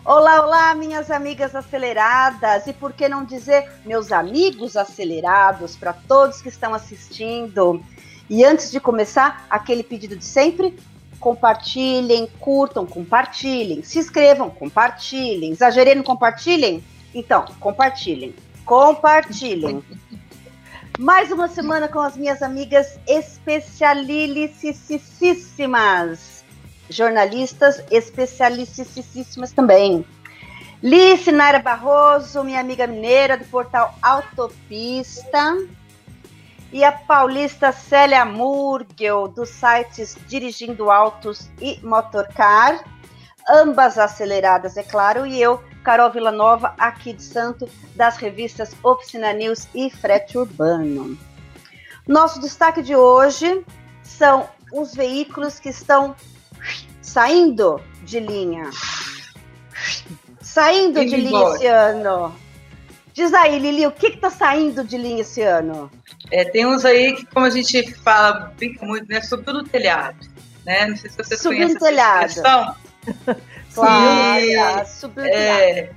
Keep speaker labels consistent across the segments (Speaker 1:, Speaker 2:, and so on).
Speaker 1: Olá, olá, minhas amigas aceleradas, e por que não dizer meus amigos acelerados, para todos que estão assistindo. E antes de começar, aquele pedido de sempre, compartilhem, curtam, compartilhem, se inscrevam, compartilhem, exagerei no compartilhem? Então, compartilhem. Mais uma semana com as minhas amigas especialicíssimas. Jornalistas especialicíssimas também. Lice Naira Barroso, minha amiga mineira do portal Autopista. E a paulista Célia Murgel, dos sites Dirigindo Autos e Motorcar. Ambas aceleradas, é claro. E eu, Carol Villanova, aqui de Santo, das revistas Oficina News e Frete Urbano. Nosso destaque de hoje são os veículos que estão saindo de linha. Saindo de linha esse ano. Diz aí, Lili, o que está saindo de linha esse ano?
Speaker 2: Tem uns aí que, como a gente fala, brinca muito, né? Subiu no telhado. Né? Não sei se vocês conhecem essa expressão.
Speaker 1: Claro, subiu no telhado.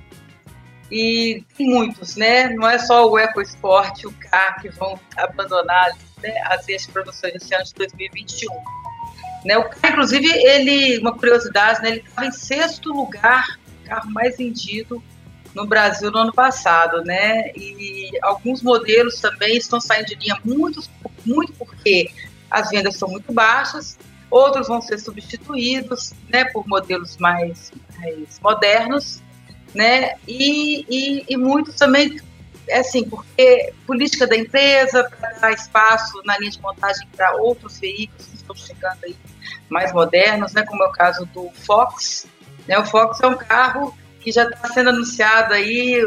Speaker 2: E tem muitos, né? Não é só o EcoSport, o Car que vão abandonar, né, as produções desse ano de 2021. Né, o carro, inclusive, uma curiosidade, né, ele estava em 6º lugar, o carro mais vendido no Brasil no ano passado, né? E alguns modelos também estão saindo de linha muito porque as vendas são muito baixas, outros vão ser substituídos, né, por modelos mais modernos, né? E muitos também, assim, porque política da empresa para dar espaço na linha de montagem para outros veículos que estão chegando aí mais modernos, né, como é o caso do Fox, né? O Fox é um carro que já está sendo anunciado aí,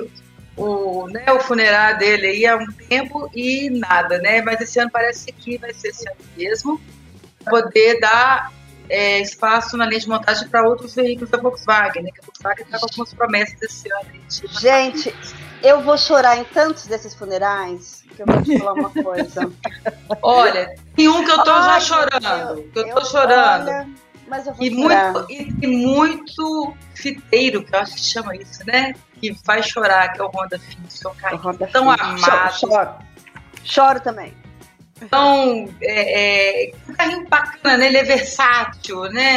Speaker 2: o funerário dele aí há um tempo e nada, né? Mas esse ano parece que vai ser esse ano mesmo, para poder dar espaço na linha de montagem para outros veículos da Volkswagen, né? Que a Volkswagen está com algumas promessas desse ano.
Speaker 1: Gente, eu vou chorar em tantos desses funerais que eu vou te falar uma coisa.
Speaker 2: Olha, tem um que eu tô já chorando. Eu tô chorando.
Speaker 1: Olha, mas eu vou chorar.
Speaker 2: E muito fiteiro, que eu acho que chama isso, né? Que vai chorar, que é o Honda Fit. Que é um carro tão armado.
Speaker 1: Choro também.
Speaker 2: Então, um carrinho bacana, né? Ele é versátil, né?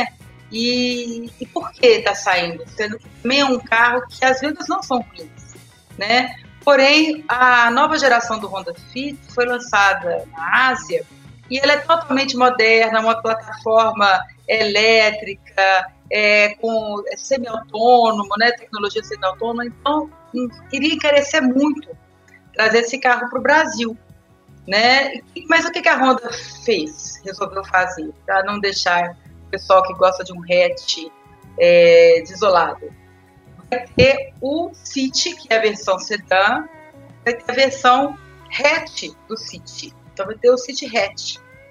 Speaker 2: E por que está saindo? Sendo que também é um carro que as vendas não são ruins, né? Porém, a nova geração do Honda Fit foi lançada na Ásia e ela é totalmente moderna, uma plataforma elétrica, com semi-autônomo, né? Tecnologia semi-autônoma. Então, iria encarecer muito trazer esse carro para o Brasil. Né? Mas o que a Honda resolveu fazer, para não deixar o pessoal que gosta de um hatch desolado? Vai ter o City, que é a versão sedã, vai ter a versão hatch do City. Então vai ter o City Hatch,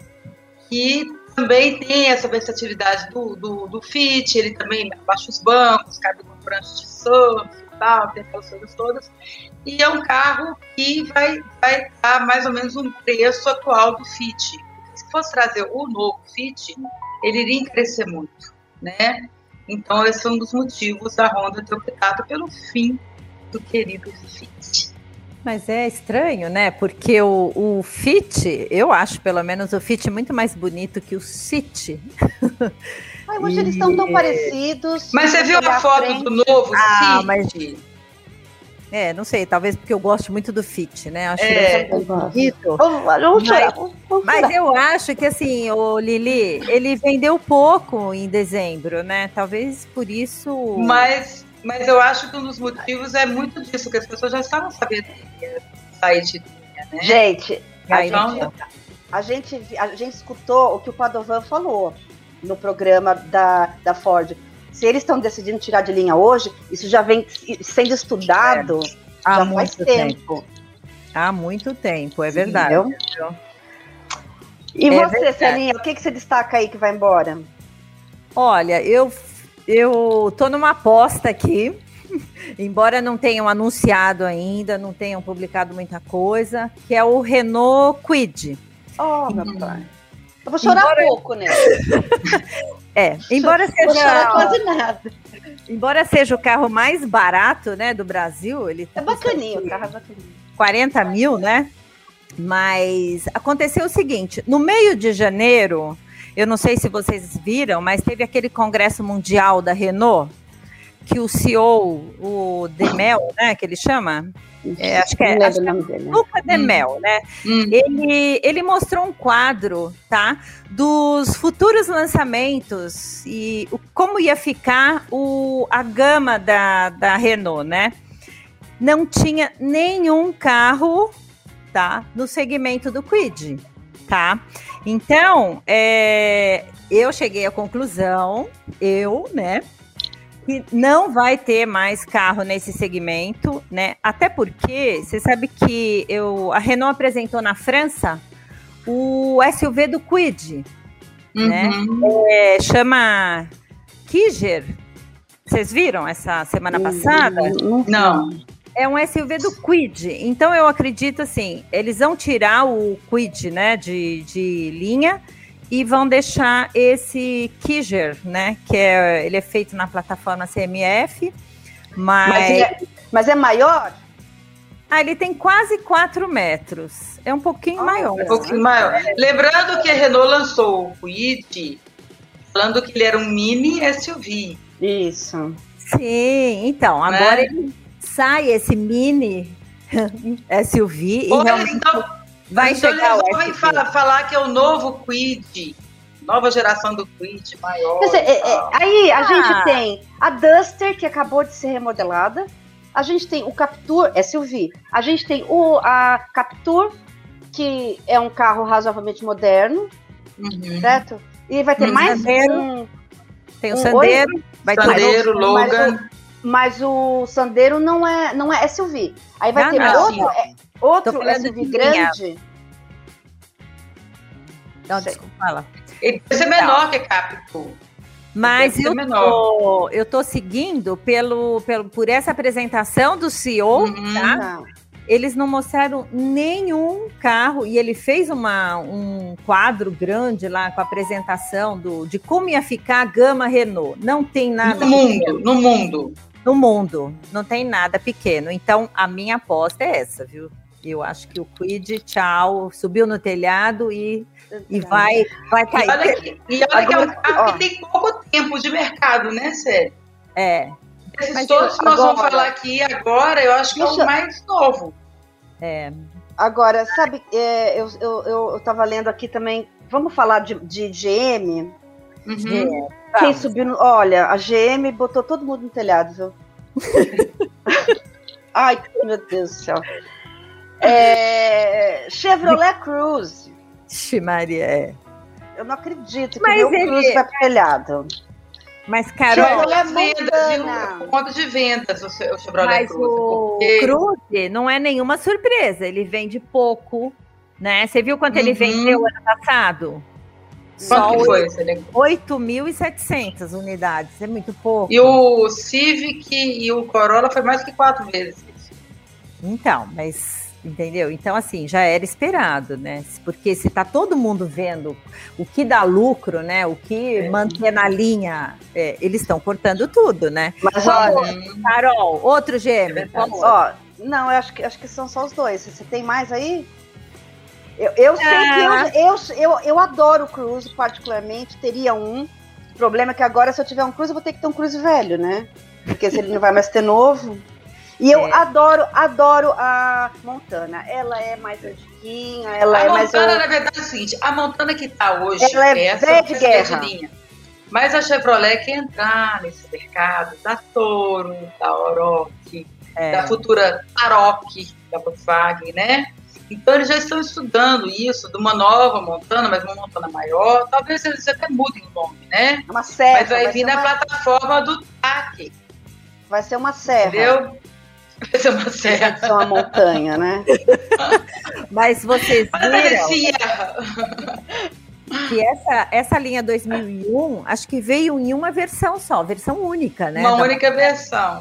Speaker 2: que também tem essa versatilidade do Fit, ele também abaixa os bancos, cabe com prancha de surf e tal, tem aquelas coisas todas. E é um carro que vai estar mais ou menos no preço atual do Fit. Se fosse trazer o novo Fit, ele iria crescer muito, né? Então, esse é um dos motivos da Honda ter optado pelo fim do querido Fit.
Speaker 3: Mas é estranho, né? Porque o Fit, eu acho pelo menos o Fit muito mais bonito que o City.
Speaker 1: Ai, hoje eles estão tão parecidos.
Speaker 2: Mas você viu a foto do novo City?
Speaker 3: Não sei, talvez porque eu gosto muito do Fit, né? Acho que é bonito.
Speaker 1: Vamos chorar.
Speaker 3: Mas eu acho que, assim, o Lili, ele vendeu pouco em dezembro, né? Talvez por isso...
Speaker 2: Mas eu acho que um dos motivos é muito disso, que as pessoas já estavam sabendo que ia sair de linha, né?
Speaker 1: Gente, a gente escutou o que o Padovan falou no programa da Ford. Se eles estão decidindo tirar de linha hoje, isso já vem sendo estudado
Speaker 3: há
Speaker 1: já
Speaker 3: muito
Speaker 1: faz tempo.
Speaker 3: Há muito tempo, é verdade.
Speaker 1: E você, Celinha, o que você destaca aí que vai embora?
Speaker 3: Olha, eu tô numa aposta aqui, embora não tenham anunciado ainda, não tenham publicado muita coisa, que é o Renault Kwid.
Speaker 1: Oh, meu pai. Eu vou chorar pouco, né?
Speaker 3: Embora
Speaker 1: Vou chorar quase
Speaker 3: seja,
Speaker 1: nada.
Speaker 3: embora seja o carro mais barato, né, do Brasil, ele
Speaker 1: É bacaninho, o carro é bacaninho.
Speaker 3: 40 mil, né? Mas aconteceu o seguinte, no meio de janeiro, eu não sei se vocês viram, mas teve aquele congresso mundial da Renault, que o CEO, o Demel, né, que ele chama? Acho que é
Speaker 1: Não lembro o nome dele.
Speaker 3: Luca Demel, né? Ele mostrou um quadro, tá? Dos futuros lançamentos e como ia ficar a gama da Renault, né? Não tinha nenhum carro, tá? No segmento do Kwid, tá? Então, eu cheguei à conclusão, né? Que não vai ter mais carro nesse segmento, né? Até porque você sabe que a Renault apresentou na França o SUV do Kwid, né? Chama Kiger. Vocês viram essa semana passada?
Speaker 2: Não.
Speaker 3: É um SUV do Kwid. Então eu acredito assim, eles vão tirar o Kwid, né, de linha. E vão deixar esse Kiger, né? Que ele é feito na plataforma CMF,
Speaker 1: mas é maior?
Speaker 3: Ele tem quase 4 metros. É um pouquinho maior.
Speaker 2: É um pouquinho maior. Lembrando que a Renault lançou o Kwid, falando que ele era um mini SUV.
Speaker 1: Isso.
Speaker 3: Sim, então, agora ele sai esse mini SUV e realmente... Vai chegar
Speaker 2: o SUV. Falar que é o novo Kwid, nova geração do Kwid, maior.
Speaker 1: Aí a gente tem a Duster, que acabou de ser remodelada. A gente tem o Captur SUV. A gente tem a Captur, que é um carro razoavelmente moderno, certo? E vai ter mais
Speaker 3: Sandero. Tem o Sandero.
Speaker 2: Vai ter o Logan.
Speaker 1: Mas o Sandero não é SUV. Aí vai ter outro SUV grande.
Speaker 3: Não, desculpa, fala.
Speaker 2: Ele vai ser menor que a Captur.
Speaker 3: Mas eu tô seguindo por essa apresentação do CEO, tá? Eles não mostraram nenhum carro e ele fez um quadro grande lá com a apresentação de como ia ficar a gama Renault. Não tem nada
Speaker 2: no mundo.
Speaker 3: Não tem nada pequeno. Então, a minha aposta é essa, viu? Eu acho que o Kwid, tchau, subiu no telhado e vai cair.
Speaker 2: E olha que é um carro que tem pouco tempo de mercado, né, Célia? Esses todos que nós vamos falar aqui agora, eu acho que é o mais novo.
Speaker 1: Agora, sabe, eu tava lendo aqui também, vamos falar de GM? Quem subiu olha, a GM botou todo mundo no telhado, viu? Ai, meu Deus do céu. Chevrolet Cruze.
Speaker 3: Maria,
Speaker 1: Eu não acredito que o Cruze vai pro telhado.
Speaker 3: Mas, Carol,
Speaker 2: ponto de vendas o Chevrolet Cruze.
Speaker 3: O Cruze não é nenhuma surpresa, ele vende pouco, né? Você viu quanto ele vendeu ano passado?
Speaker 2: Quanto que foi?
Speaker 3: 8.700 unidades, é muito pouco.
Speaker 2: E o Civic e o Corolla foi mais que 4 vezes.
Speaker 3: Então, mas, entendeu? Então, assim, já era esperado, né? Porque se tá todo mundo vendo o que dá lucro, né? O que manter na linha, eles estão cortando tudo, né?
Speaker 1: Mas olha,
Speaker 3: Carol, outro gêmeo.
Speaker 1: Não, eu acho que são só os dois. Você tem mais aí? Eu sei que eu adoro o Cruze, particularmente, teria um. O problema é que agora, se eu tiver um Cruze, eu vou ter que ter um Cruze velho, né? Porque se ele não vai mais ter novo. E eu adoro a Montana. Ela é mais antiguinha,
Speaker 2: a Montana, na verdade, é o seguinte, a Montana que tá hoje,
Speaker 1: ela é velha de guerra.
Speaker 2: Mas a Chevrolet quer entrar nesse mercado da Toro, da Oroch, da futura Aroch, da Volkswagen, né? Então, eles já estão estudando isso, de uma nova Montana, mas uma Montana maior. Talvez eles até mudem o nome, né?
Speaker 1: Uma serra.
Speaker 2: Mas vai vir na plataforma do TAC.
Speaker 1: Vai ser uma serra.
Speaker 2: Entendeu? Vai ser uma serra.
Speaker 1: Vai ser uma montanha, né?
Speaker 3: Mas vocês viram que essa linha 2001, acho que veio em uma versão só, versão única, né?
Speaker 2: Uma única versão.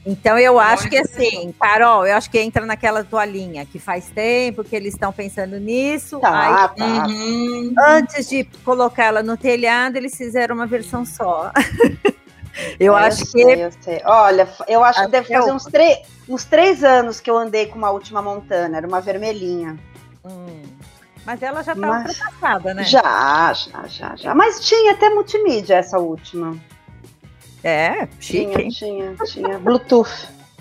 Speaker 3: Então eu acho que assim, Carol, eu acho que entra naquela tua linha, que faz tempo que eles estão pensando nisso.
Speaker 1: Tá.
Speaker 3: Antes de colocar ela no telhado, eles fizeram uma versão só. Eu sei.
Speaker 1: Olha, eu acho que deve fazer uns 3 anos que eu andei com uma última Montana, era uma vermelhinha.
Speaker 3: Mas ela já tá ultrapassada, né?
Speaker 1: Já. Mas tinha até multimídia essa última.
Speaker 3: É, chique.
Speaker 1: Tinha Bluetooth.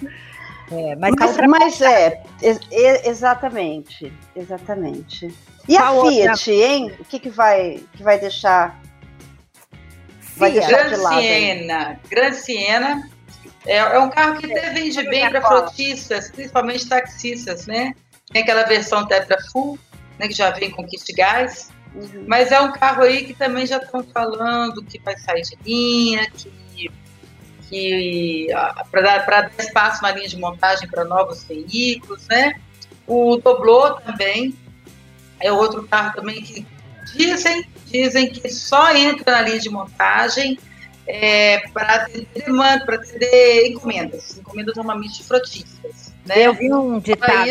Speaker 1: Exatamente. E a Fiat, hein? O que vai deixar?
Speaker 2: Vai deixar de lado? Gran Siena é um carro que até vende bem para frotistas, principalmente taxistas, né? Tem aquela versão Tetra Full, né, que já vem com kit de gás. Mas é um carro aí que também já estão falando que vai sair de linha, para dar espaço na linha de montagem para novos veículos, né? O Doblô também é outro carro também que dizem que só entra na linha de montagem para atender demanda, para atender encomendas normalmente de frotistas, né?
Speaker 3: Eu vi um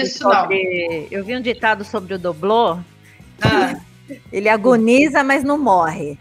Speaker 3: ditado sobre o Doblô. Ele agoniza, mas não morre.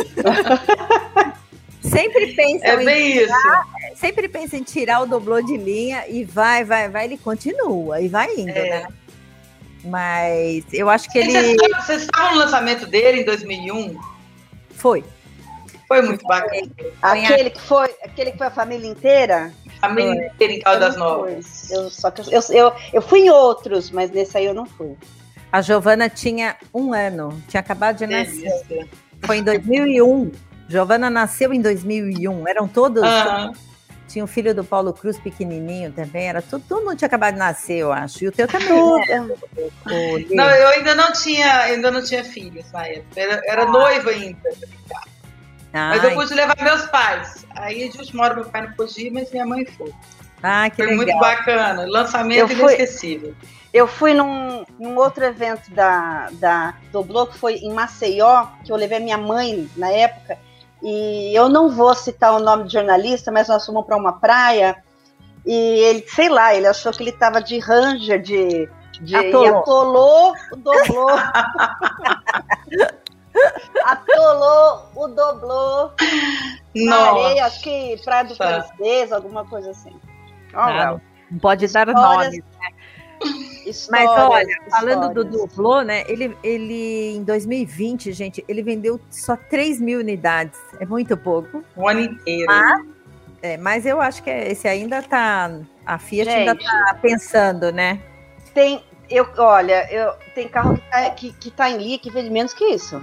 Speaker 3: Sempre pensa em tirar o Doblô de linha e vai, ele continua e vai indo, né? Mas eu acho que ele...
Speaker 2: Vocês estavam no lançamento dele em 2001?
Speaker 3: Foi
Speaker 2: muito bacana.
Speaker 1: Aquele que foi a família inteira?
Speaker 2: Família inteira em Caldas Novas.
Speaker 1: Eu fui em outros, mas nesse aí eu não fui.
Speaker 3: A Giovana tinha 1 ano, tinha acabado de nascer. Foi em 2001. Giovana nasceu em 2001. Eram todos... Tinha o filho do Paulo Cruz pequenininho também. Era todo mundo tinha acabado de nascer, eu acho. E o teu também.
Speaker 2: Não, eu ainda não tinha filhos na época. Era noiva ainda. Mas eu pude levar meus pais. Aí de última hora meu pai não podia, mas minha mãe foi.
Speaker 3: Que
Speaker 2: foi
Speaker 3: legal.
Speaker 2: Muito bacana. Lançamento inesquecível.
Speaker 1: Eu fui num outro evento da Doblô, que foi em Maceió, que eu levei minha mãe na época. E eu não vou citar o nome de jornalista, mas nós fomos para uma praia e ele, sei lá, ele achou que ele estava de Ranger, e atolou o Doblô. Atolou o Doblô na areia, acho que Praia do Francês, alguma coisa assim.
Speaker 3: Não pode dar nome, né? Mas olha, falando do Doblô, né? Ele em 2020, gente, ele vendeu só 3.000 unidades. É muito pouco.
Speaker 2: O ano inteiro.
Speaker 3: Mas eu acho que esse ainda tá. A Fiat ainda tá pensando, né?
Speaker 1: Tem carro que tá em linha que vende menos que isso.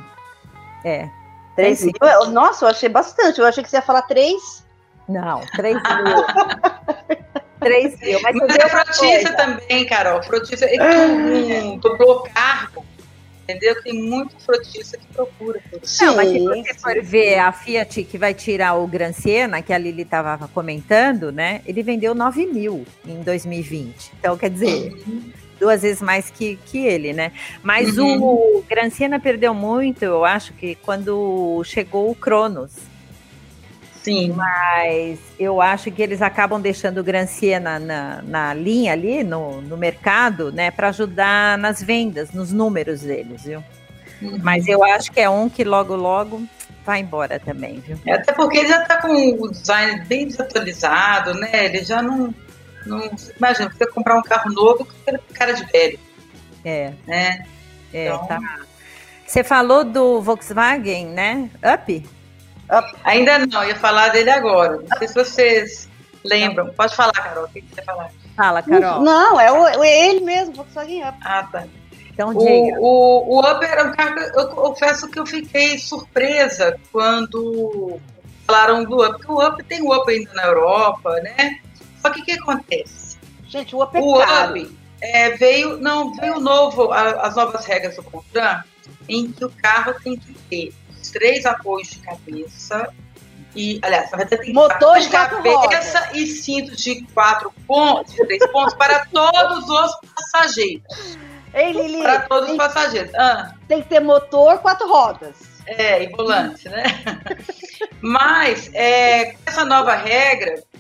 Speaker 1: 3.000? Nossa, eu achei bastante. Eu achei que você ia falar 3.
Speaker 3: Não, 3.000. 3.000.
Speaker 2: Mas é frotista também, Carol. Frotista um Doblô cargo, entendeu? Tem muito frotista que procura.
Speaker 3: Não, mas se você for ver a Fiat que vai tirar o Gran Siena, que a Lili estava comentando, né? Ele vendeu 9.000 em 2020. Então, quer dizer, 2 vezes mais que ele, né? Mas o Gran Siena perdeu muito, eu acho, que quando chegou o Cronos.
Speaker 2: Sim.
Speaker 3: Mas eu acho que eles acabam deixando o Gran Siena na linha ali, no mercado, né, para ajudar nas vendas, nos números deles, viu? Mas eu acho que é um que logo vai embora também, viu?
Speaker 2: Até porque ele já está com o design bem desatualizado, né? Ele já não imagina, você comprar um carro novo com aquele cara de velho.
Speaker 3: Né? Então... tá. Você falou do Volkswagen, né? Up?
Speaker 2: Ainda não, eu ia falar dele agora. Não sei se vocês lembram. Pode falar, Carol. O que você vai falar?
Speaker 3: Fala, Carol.
Speaker 1: Não, é ele mesmo, Volkswagen Up.
Speaker 2: Tá.
Speaker 3: Então, diga.
Speaker 2: O Up era um carro que eu confesso que eu fiquei surpresa quando falaram do Up. Porque o Up tem o Up ainda na Europa, né? Só que o que acontece?
Speaker 1: Gente, o Up é caro.
Speaker 2: Up veio novo, as novas regras do CONTRAN, em que o carro tem que ter 3 apoios de cabeça e, aliás, na verdade, tem
Speaker 1: motor de
Speaker 2: cabeça e cinto de 3 pontos para todos os passageiros.
Speaker 1: Ei, Lili,
Speaker 2: para todos os passageiros.
Speaker 1: Tem que ter motor, 4 rodas.
Speaker 2: E volante, né? Mas, com essa nova regra,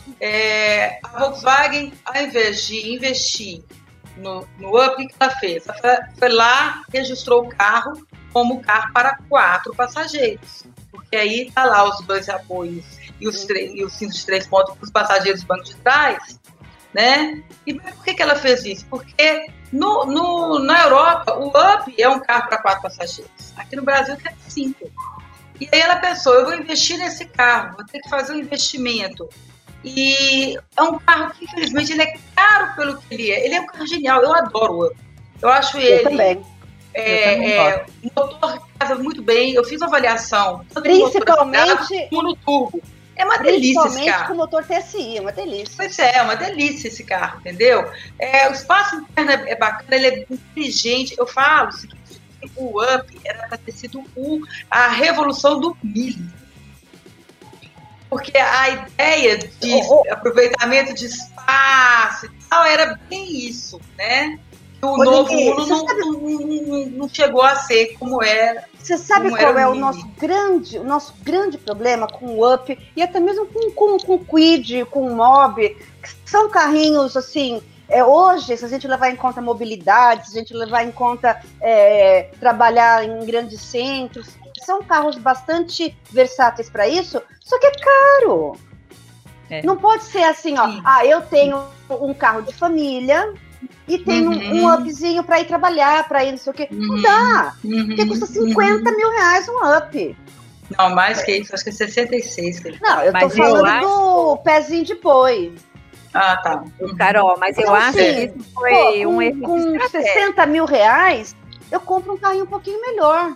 Speaker 2: a Volkswagen, ao invés de investir no Up, o que ela fez? Ela foi lá, registrou o carro como carro para 4 passageiros. Porque aí está lá os 2 apoios e o cinto de 3 pontos para os passageiros do banco de trás, né? E por que ela fez isso? Porque na Europa, o Up é um carro para 4 passageiros. Aqui no Brasil é 5. E aí ela pensou, eu vou investir nesse carro, vou ter que fazer um investimento. E é um carro que, infelizmente, ele é caro pelo que ele é. Ele é um carro genial, eu adoro o Up. Eu acho ele...
Speaker 1: Eu também.
Speaker 2: O motor casa muito bem. Eu fiz uma avaliação.
Speaker 1: Principalmente
Speaker 2: no turbo. É uma delícia esse carro.
Speaker 1: Com o motor TSI, é uma delícia.
Speaker 2: Pois é uma delícia esse carro, entendeu? O espaço interno é bacana, ele é inteligente. Eu falo o seguinte, o Up era para ter sido a revolução do milho. Porque a ideia de aproveitamento de espaço e tal era bem isso, né? O novo Uno não chegou a ser como era.
Speaker 1: Você sabe qual é o nosso grande problema com o Up e até mesmo com o Kwid, com o Mob, que são carrinhos assim. Hoje, se a gente levar em conta mobilidade, se a gente levar em conta trabalhar em grandes centros, são carros bastante versáteis para isso, só que é caro. Não pode ser assim, ó. Eu tenho um carro de família e tenho um Upzinho para ir trabalhar, para ir não sei o quê. Não dá. Porque custa 50 mil reais um Up.
Speaker 2: Não, mais que isso, acho que é 66.
Speaker 1: Não, eu tô falando do pezinho de boi.
Speaker 2: Ah, tá.
Speaker 3: Carol, mas eu acho que isso foi um erro.
Speaker 1: Com 60 mil reais, eu compro um carrinho um pouquinho melhor.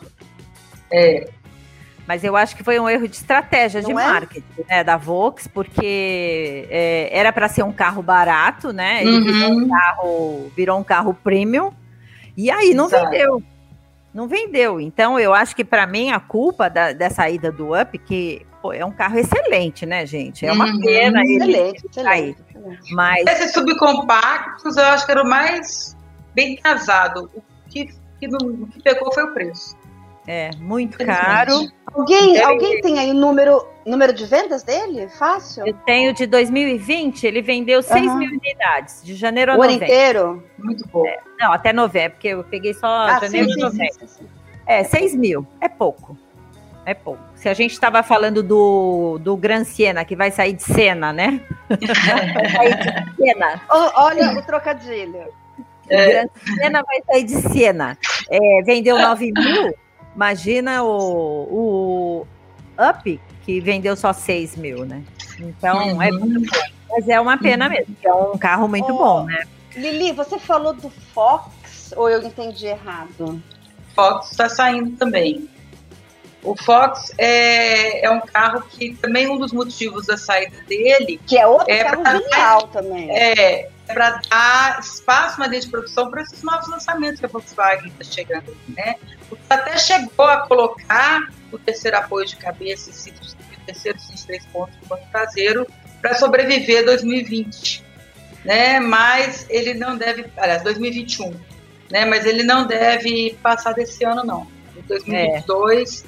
Speaker 3: Mas eu acho que foi um erro de estratégia de marketing, né, da Volks, porque era para ser um carro barato, né? Ele virou um carro premium, e aí não vendeu. Não vendeu. Então, eu acho que, para mim, a culpa dessa ida do Up, que é um carro excelente, né, gente? É uma pena ele sair. Mas
Speaker 2: esses subcompactos, eu acho que era o mais bem casado. O que pegou foi o preço.
Speaker 3: Muito caro.
Speaker 1: Alguém tem aí o número de vendas dele? Fácil?
Speaker 3: Eu tenho de 2020, ele vendeu 6 mil unidades, de janeiro a novembro.
Speaker 1: O ano inteiro?
Speaker 2: Muito bom.
Speaker 3: Não, até novembro, porque eu peguei só janeiro e novembro. 6 mil, é pouco. É pouco. Se a gente estava falando do Gran Siena, que vai sair de cena, né? Vai sair de cena.
Speaker 1: Olha o trocadilho.
Speaker 3: O Gran Siena vai sair de cena. Vendeu 9 mil. Imagina o Up, que vendeu só 6 mil, né? Então, é muito bom. Mas é uma pena mesmo, que é um carro muito bom, né?
Speaker 1: Lili, você falou do Fox, ou eu entendi errado?
Speaker 2: Fox está saindo também. O Fox é um carro que também um dos motivos da saída dele...
Speaker 1: Que é outro carro genial também.
Speaker 2: Para dar espaço na linha de produção para esses novos lançamentos que a Volkswagen está chegando, né? Até chegou a colocar o terceiro apoio de cabeça e o terceiro cinto de 3 pontos do banco traseiro para sobreviver 2020, né? Mas ele não deve, aliás, 2021, né? Mas ele não deve passar desse ano, não. Em 2022,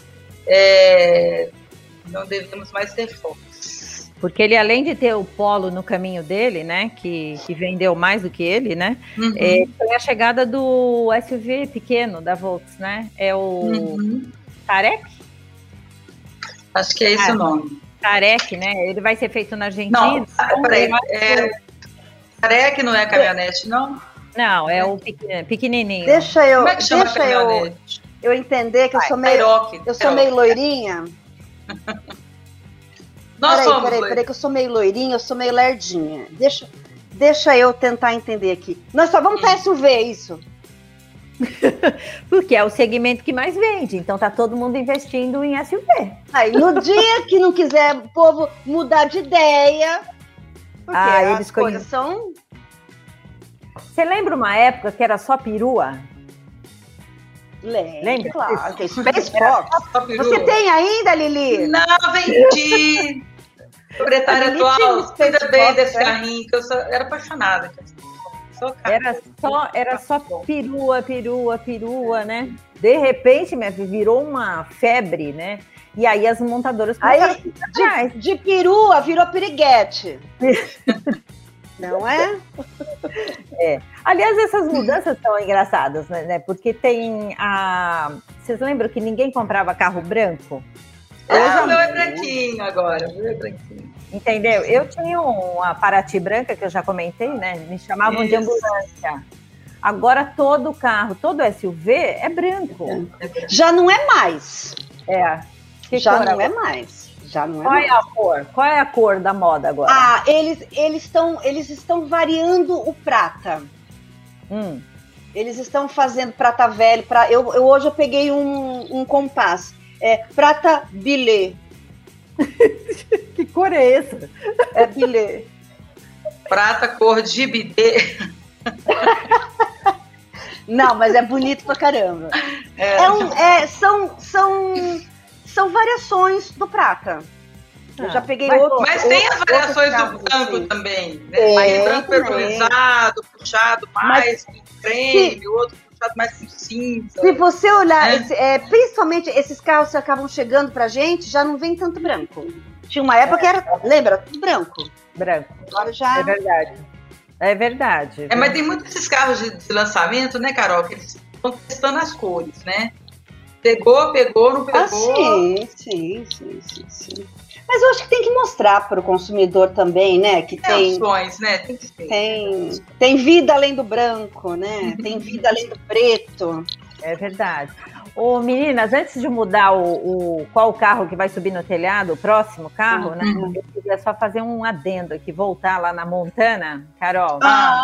Speaker 2: não devemos mais ter Fox.
Speaker 3: Porque ele, além de ter o Polo no caminho dele, né, que vendeu mais do que ele, né, foi a chegada do SUV pequeno da Volks, né, é o Tarek?
Speaker 2: Acho que é esse o nome.
Speaker 3: Tarek, né, ele vai ser feito na Argentina.
Speaker 2: Não, peraí, Tarek não é caminhonete, não?
Speaker 3: Não, é o pequenininho.
Speaker 1: Deixa eu,
Speaker 2: como é que chama caminhonete?
Speaker 1: Eu entender que eu sou meio loirinha. Peraí, que eu sou meio loirinha, eu sou meio lerdinha. Deixa eu tentar entender aqui. Nós só vamos para SUV, isso?
Speaker 3: Porque é o segmento que mais vende, então tá todo mundo investindo em SUV.
Speaker 1: Aí no dia que não quiser o povo mudar de ideia, porque as coisas são...
Speaker 3: Você lembra uma época que era só perua?
Speaker 1: Lembra? Claro, que é Space Fox. Você tem ainda, Lili?
Speaker 2: Não, vendi. Proprietária atual, cuida bem desse carrinho, que eu era apaixonada.
Speaker 3: Era só perua, né? De repente, virou uma febre, né? E aí as montadoras
Speaker 1: aí de perua virou piriguete. Não é?
Speaker 3: Aliás, essas mudanças são engraçadas, né? Porque tem Vocês lembram que ninguém comprava carro branco?
Speaker 2: O meu é branquinho agora. O meu é branquinho.
Speaker 3: Entendeu? Eu tinha uma Paraty branca, que eu já comentei, né? Me chamavam de ambulância. Agora todo carro, todo SUV é branco.
Speaker 1: Já não é mais.
Speaker 3: Já
Speaker 1: não é mais. Já não é
Speaker 3: Qual
Speaker 1: mais.
Speaker 3: É a cor? Qual é a cor da moda agora?
Speaker 1: Eles estão variando o prata. Eles estão fazendo prata velho. Hoje eu peguei um Compass. Prata bilê.
Speaker 3: Que cor é essa?
Speaker 1: É bilê.
Speaker 2: Prata cor de bidê.
Speaker 1: Não, mas é bonito pra caramba. São variações do prata. Eu já peguei outro.
Speaker 2: Mas tem as variações do branco também, né? Mais branco peroxizado, puxado mais com creme, outro puxado mais com cinza.
Speaker 1: Se você olhar, principalmente esses carros que acabam chegando pra gente, já não vem tanto branco. Tinha uma época que era, lembra, tudo branco.
Speaker 3: Branco.
Speaker 1: Agora já...
Speaker 3: É verdade.
Speaker 2: Mas tem muitos esses carros de lançamento, né, Carol, que eles estão testando as cores, né? Pegou, não pegou.
Speaker 1: Sim. Mas eu acho que tem que mostrar para o consumidor também, né? Que tem
Speaker 2: opções, né? Tem que ser.
Speaker 1: Tem vida além do branco, né? Tem vida além do preto.
Speaker 3: É verdade. Ô, meninas, antes de mudar qual carro que vai subir no telhado, o próximo carro, né? Eu queria só fazer um adendo aqui, voltar lá na Montana, Carol.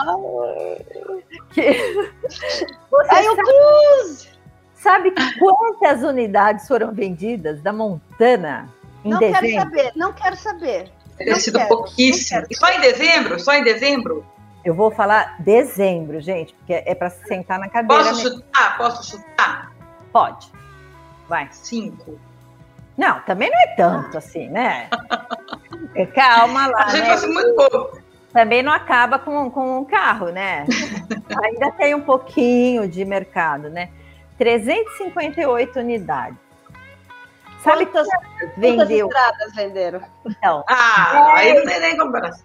Speaker 3: Sabe quantas unidades foram vendidas da Montana em dezembro?
Speaker 1: Não quero saber.
Speaker 2: Deve ter sido pouquíssimo. E só em dezembro?
Speaker 3: Eu vou falar dezembro, gente, porque é para sentar na cadeira.
Speaker 2: Posso chutar?
Speaker 3: Pode. Vai.
Speaker 2: 5.
Speaker 3: Não, também não é tanto assim, né? Calma lá,
Speaker 2: Achei
Speaker 3: né?
Speaker 2: que fosse muito pouco.
Speaker 3: Também não acaba com um carro, né? Ainda tem um pouquinho de mercado, né? 358 unidades. Sabe
Speaker 1: quantas estradas venderam?
Speaker 3: Então.
Speaker 2: Aí não tem nem comparação.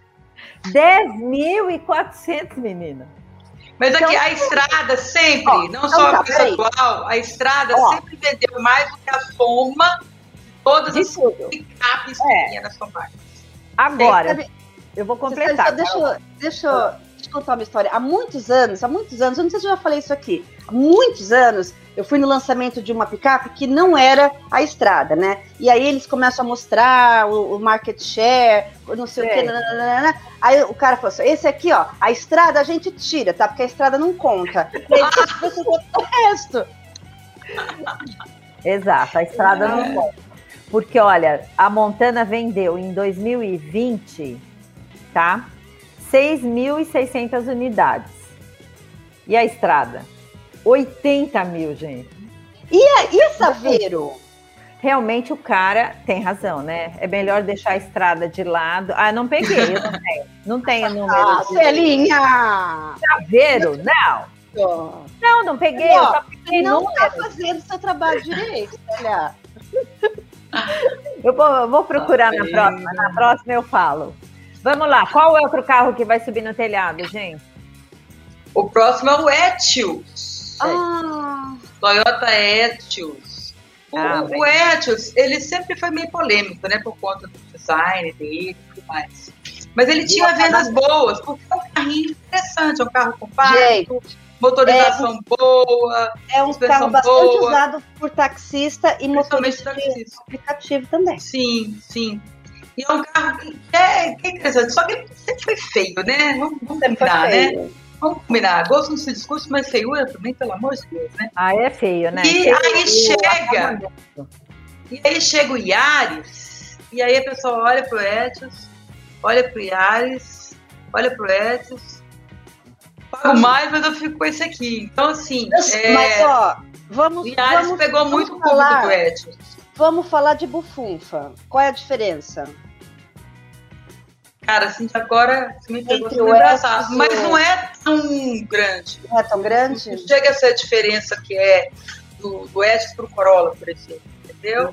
Speaker 3: 10.400, menina.
Speaker 2: Mas aqui a estrada sempre, não só a preço atual, a estrada sempre vendeu mais do que a soma de todas as picapes que tinha nas compras.
Speaker 3: Agora, eu vou completar.
Speaker 1: Deixa eu contar uma história. Há muitos anos, eu não sei se eu já falei isso aqui, há muitos anos eu fui no lançamento de uma picape que não era a estrada, né? E aí eles começam a mostrar o market share, não sei o quê. Aí o cara falou assim, esse aqui, ó, a estrada a gente tira, tá? Porque a estrada não conta. E aí você conta o resto.
Speaker 3: Exato, a estrada não conta. Porque, olha, a Montana vendeu em 2020, tá? 6.600 unidades. E a estrada? 80 mil, gente.
Speaker 1: E a Saveiro?
Speaker 3: Realmente o cara tem razão, né? É melhor deixar a estrada de lado. Não peguei, eu não tenho. Não tenho número.
Speaker 1: Celinha!
Speaker 3: Saveiro? Não. Não peguei. Eu só peguei
Speaker 1: não
Speaker 3: número.
Speaker 1: Tá fazendo seu trabalho direito, olha.
Speaker 3: Eu vou procurar na próxima. Na próxima eu falo. Vamos lá. Qual é outro carro que vai subir no telhado, gente?
Speaker 2: O próximo é o Etios. Toyota Etios. O Etios, ele sempre foi meio polêmico, né? Por conta do design dele e tudo mais. Mas ele tinha vendas boas, porque é um carrinho interessante, é um carro compacto, motorização boa,
Speaker 1: é um carro bastante usado por taxista e motorista de aplicativo também.
Speaker 2: Sim. E é um carro que é interessante, só que ele sempre foi feio, né? Vamos combinar, né? Vamos combinar. Gosto não se discute, mas feiura também, pelo amor de Deus, né?
Speaker 3: É feio, né?
Speaker 2: E aí chega o Yaris, e aí a pessoa olha pro Etios, olha pro Yaris, olha pro Etios, pago mais, mas eu fico com esse aqui. Então, assim...
Speaker 1: o
Speaker 2: Yaris pegou muito o público do Etios.
Speaker 1: Vamos falar de bufunfa. Qual é a diferença?
Speaker 2: Cara, assim, agora você me pegou engraçado, mas não é tão grande.
Speaker 1: Não é tão grande?
Speaker 2: Chega a ser a diferença que é do Etios para o Corolla, por exemplo, entendeu?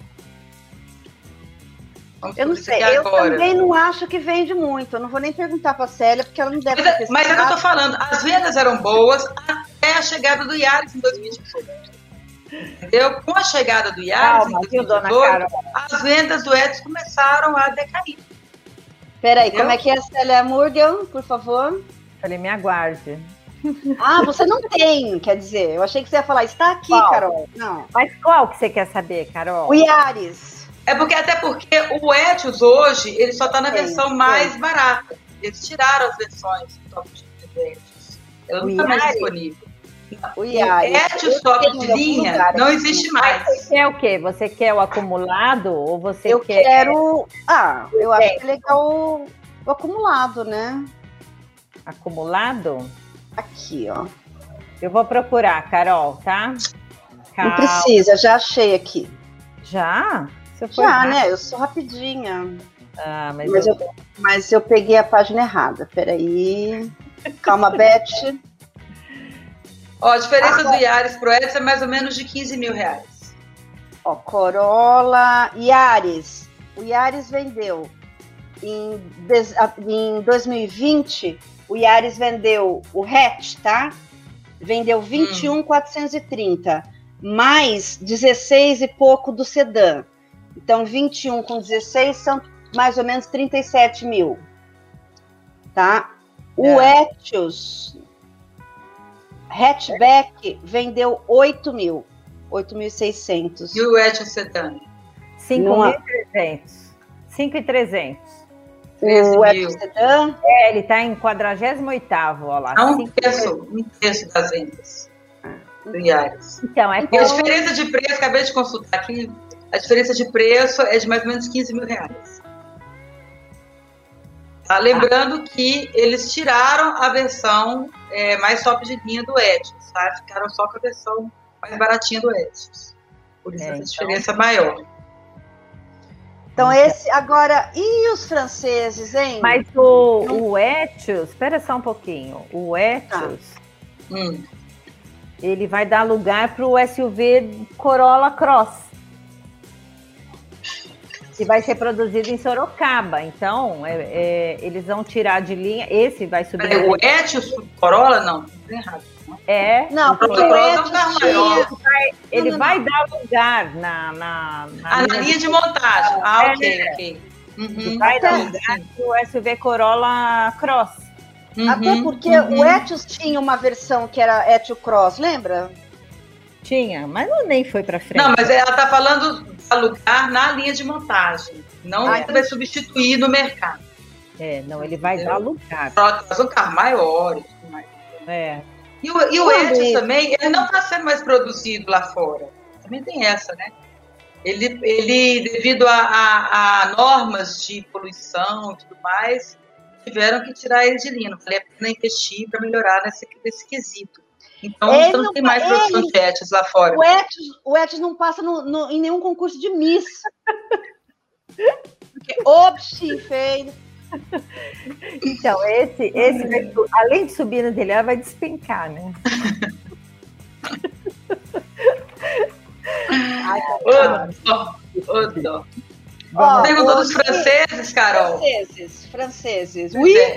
Speaker 1: Eu não sei, eu também não acho que vende muito. Eu não vou nem perguntar para a Célia, porque ela não deve ter.
Speaker 2: Mas é que eu tô falando, as vendas eram boas até a chegada do Yaris em 2018. Entendeu? Com a chegada do Yaris em 2018, as vendas do Etios começaram a decair.
Speaker 1: Peraí, como é que é, Célia Murgel, por favor?
Speaker 3: Falei, me aguarde.
Speaker 1: Ah, você não tem, quer dizer. Eu achei que você ia falar, está aqui, qual? Carol. Não.
Speaker 3: Mas qual que você quer saber, Carol?
Speaker 1: O Yaris.
Speaker 2: Até porque o Etios hoje, ele só está na versão mais barata. Eles tiraram as versões top de Etios. Ela não está mais disponível.
Speaker 1: O Etios
Speaker 2: top de linha não existe mais.
Speaker 3: Você quer o quê? você quer o acumulado ou você
Speaker 1: eu
Speaker 3: quer...
Speaker 1: quero... eu acho que é legal o acumulado, né?
Speaker 3: Acumulado?
Speaker 1: Aqui, ó.
Speaker 3: Eu vou procurar, Carol, tá?
Speaker 1: Não precisa, já achei aqui.
Speaker 3: Já?
Speaker 1: Já, né? Eu sou rapidinha.
Speaker 3: Ah,
Speaker 1: mas eu peguei a página errada. Peraí. Calma, Beth.
Speaker 2: Ó, a diferença do Yaris pro Etios é mais ou menos de 15 mil reais.
Speaker 1: Ó, Corolla, Yaris. O Yaris vendeu em 2020. O Yaris vendeu o hatch, tá? Vendeu 21.430, mais 16 e pouco do sedã. Então, 21 com 16 são mais ou menos 37 mil. Tá? O Etios hatchback vendeu 8 mil. 8.600.
Speaker 2: E o Etios sedã?
Speaker 3: 5.300. 5.300.
Speaker 1: O Etios sedã?
Speaker 3: Ele está em 48º, ó lá.
Speaker 2: Um terço das vendas do Yaris.
Speaker 3: Então,
Speaker 2: a diferença de preço, acabei de consultar aqui, a diferença de preço é de mais ou menos 15 mil reais. Tá? Lembrando que eles tiraram a versão mais top de linha do Etios, tá? Ficaram só com a versão mais baratinha do Etios. Por isso essa diferença maior.
Speaker 1: Então, esse agora. E os franceses, hein?
Speaker 3: Mas o Etios, espera só um pouquinho. O Etios, ele vai dar lugar para o SUV Corolla Cross, que vai ser produzido em Sorocaba. Então, eles vão tirar de linha. Esse vai subir.
Speaker 2: O Etios Corolla, não, tá errado.
Speaker 1: Não, porque o Etios
Speaker 3: ele vai dar lugar na
Speaker 2: linha de montagem. Ok.
Speaker 3: Vai dar lugar pro SUV Corolla Cross.
Speaker 1: Até porque o Etios tinha uma versão que era Etios Cross, lembra?
Speaker 3: Tinha, mas nem foi para frente.
Speaker 2: Não, mas ela tá falando de lugar na linha de montagem. Não vai substituir no mercado.
Speaker 3: Não, ele vai dar lugar.
Speaker 2: Faz um carro maior e tudo mais. E o Etios também, ele não está sendo mais produzido lá fora. Também tem essa, né? Ele devido a normas de poluição e tudo mais, tiveram que tirar ele de linha. Não valia a pena investir para melhorar nesse quesito. Então, você não tem mais produção de Etios lá fora.
Speaker 1: O Etios não passa em nenhum concurso de Miss. Porque feio.
Speaker 3: Então, esse além de subir no telhado, vai despencar, né?
Speaker 2: Perguntou dos franceses, Carol.
Speaker 1: Franceses.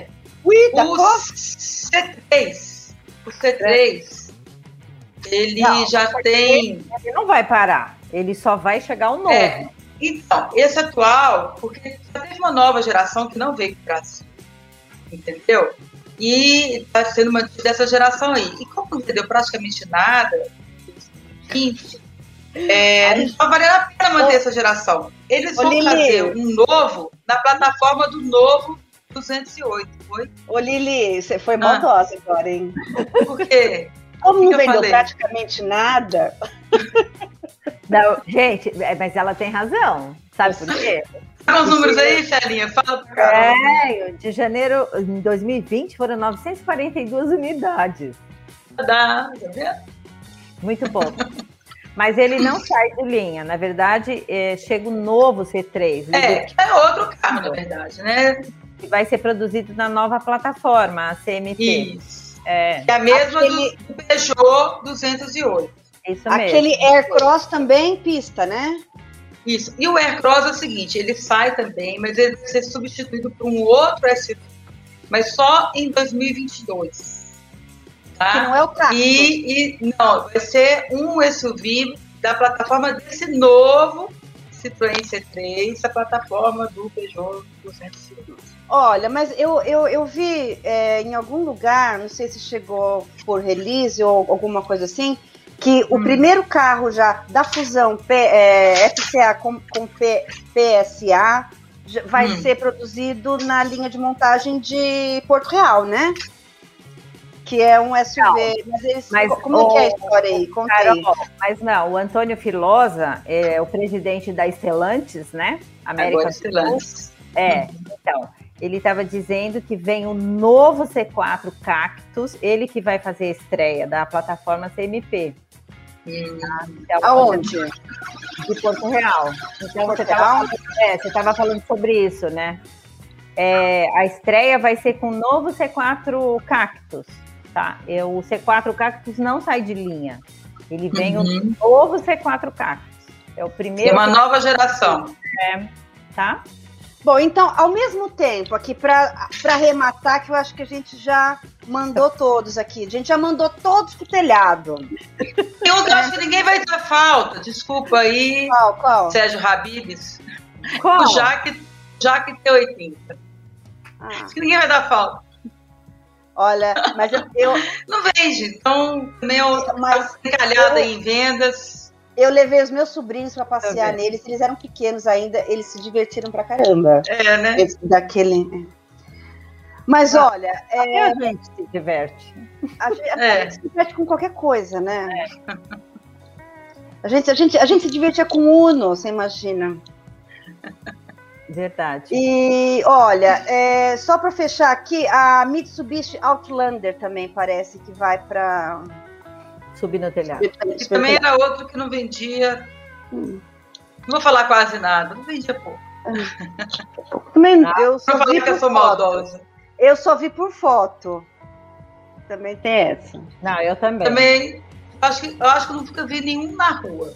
Speaker 2: O C3, ele já tem...
Speaker 3: Ele não vai parar, ele só vai chegar ao novo.
Speaker 2: Então, esse atual, porque já teve uma nova geração que não veio para o Brasil, entendeu? E está sendo uma dessa geração aí. E como não vendeu praticamente nada, não vale a pena manter essa geração. Eles vão fazer um novo na plataforma do novo 208. Foi?
Speaker 1: Ô, Lili, você foi maldosa agora, hein?
Speaker 2: Por quê?
Speaker 1: Como não vendeu praticamente nada...
Speaker 3: Não, gente, mas ela tem razão. Sabe por quê?
Speaker 2: Fala os números aí, Celinha. Fala pra cá.
Speaker 3: De janeiro de 2020 foram 942 unidades.
Speaker 2: Tá vendo?
Speaker 3: Muito pouco. Mas ele não sai de linha. Na verdade, chega o novo C3.
Speaker 2: Que é outro carro, na verdade, né?
Speaker 3: Que vai ser produzido na nova plataforma, a CMT.
Speaker 2: Isso. Que é a mesma do Peugeot 208.
Speaker 3: Isso
Speaker 1: Aquele
Speaker 3: mesmo.
Speaker 1: Aircross também pista, né?
Speaker 2: Isso. E o Aircross é o seguinte, ele sai também, mas ele vai ser substituído por um outro SUV, mas só em 2022. Tá?
Speaker 1: Que não é o Cactus.
Speaker 2: Não, vai ser um SUV da plataforma desse novo Citroën C3, a plataforma do Peugeot 212.
Speaker 1: Olha, mas eu vi em algum lugar, não sei se chegou por release ou alguma coisa assim, que o primeiro carro já da fusão FCA com PSA vai ser produzido na linha de montagem de Porto Real, né? Que é um SUV. Como é que é a história aí? Conta aí.
Speaker 3: Mas não, o Antônio Filosa é o presidente da Stellantis, né?
Speaker 2: Agora Stellantis.
Speaker 3: Então, ele estava dizendo que vem o novo C4 Cactus, ele que vai fazer a estreia da plataforma CMP.
Speaker 1: Então, aonde?
Speaker 3: De Porto Real. Então, você estava falando sobre isso, né? A estreia vai ser com o novo C4 Cactus. Tá? O C4 Cactus não sai de linha. Ele vem o novo C4 Cactus. É o primeiro.
Speaker 2: É uma nova geração.
Speaker 3: Tá?
Speaker 1: Bom, então, ao mesmo tempo, aqui para arrematar, que eu acho que a gente já mandou todos aqui. A gente já mandou todos pro telhado.
Speaker 2: Eu acho que ninguém vai dar falta. Desculpa aí,
Speaker 1: Qual?
Speaker 2: Sérgio Habibs.
Speaker 3: Qual?
Speaker 2: O Jaque T80. Acho que ninguém vai dar falta.
Speaker 1: Olha, mas eu
Speaker 2: não vende, então também eu encalhada em vendas.
Speaker 1: Eu levei os meus sobrinhos para passear neles, eles eram pequenos ainda, eles se divertiram pra caramba.
Speaker 2: Né?
Speaker 1: Mas olha,
Speaker 3: a gente se diverte.
Speaker 1: A gente se diverte com qualquer coisa, né? A gente se divertia com Uno, você imagina.
Speaker 3: Verdade.
Speaker 1: E olha, só para fechar aqui, a Mitsubishi Outlander também parece que vai para
Speaker 3: subir no telhado.
Speaker 2: E também era outro que não vendia. Não vou falar quase nada, não vendia pouco.
Speaker 1: Também
Speaker 2: eu só vi que eu sou maldosa.
Speaker 1: Eu só vi por foto. Também tem essa.
Speaker 3: Não, eu também.
Speaker 2: Também eu acho que eu nunca vi nenhum na rua.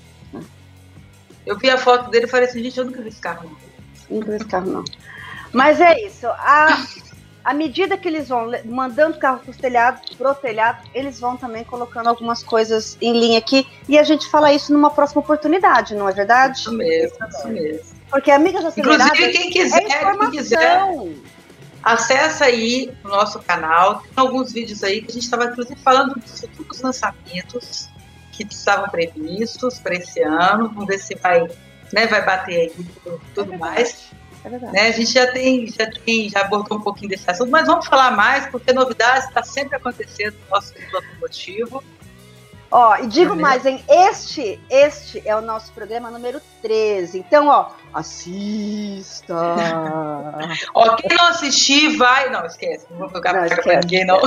Speaker 2: Eu vi a foto dele e falei assim, gente, eu nunca vi esse carro não.
Speaker 1: Nunca vi esse carro não. Mas é isso. À medida que eles vão mandando carro pro telhado, eles vão também colocando algumas coisas em linha aqui. E a gente fala isso numa próxima oportunidade, não é verdade?
Speaker 2: Isso mesmo.
Speaker 1: Porque Amigas Aceleradas,
Speaker 2: inclusive, quem quiser, acessa aí o nosso canal. Tem alguns vídeos aí que a gente estava, inclusive, falando dos lançamentos que estavam previstos para esse ano. Vamos ver se vai bater aí tudo mais.
Speaker 1: É verdade.
Speaker 2: A gente já abordou um pouquinho desse assunto, mas vamos falar mais, porque novidades está sempre acontecendo no nosso mundo automotivo.
Speaker 1: E digo mais, hein? Este é o nosso programa número 13. Então, assista!
Speaker 2: Quem não assistir, vai... Não, esquece. Não vou jogar pra ninguém, não.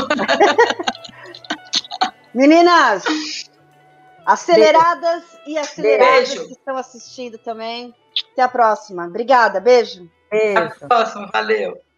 Speaker 1: Meninas, aceleradas e aceleradas
Speaker 2: Beijo.
Speaker 1: que estão assistindo também. Até a próxima. Obrigada, beijo.
Speaker 2: Até a próxima, valeu.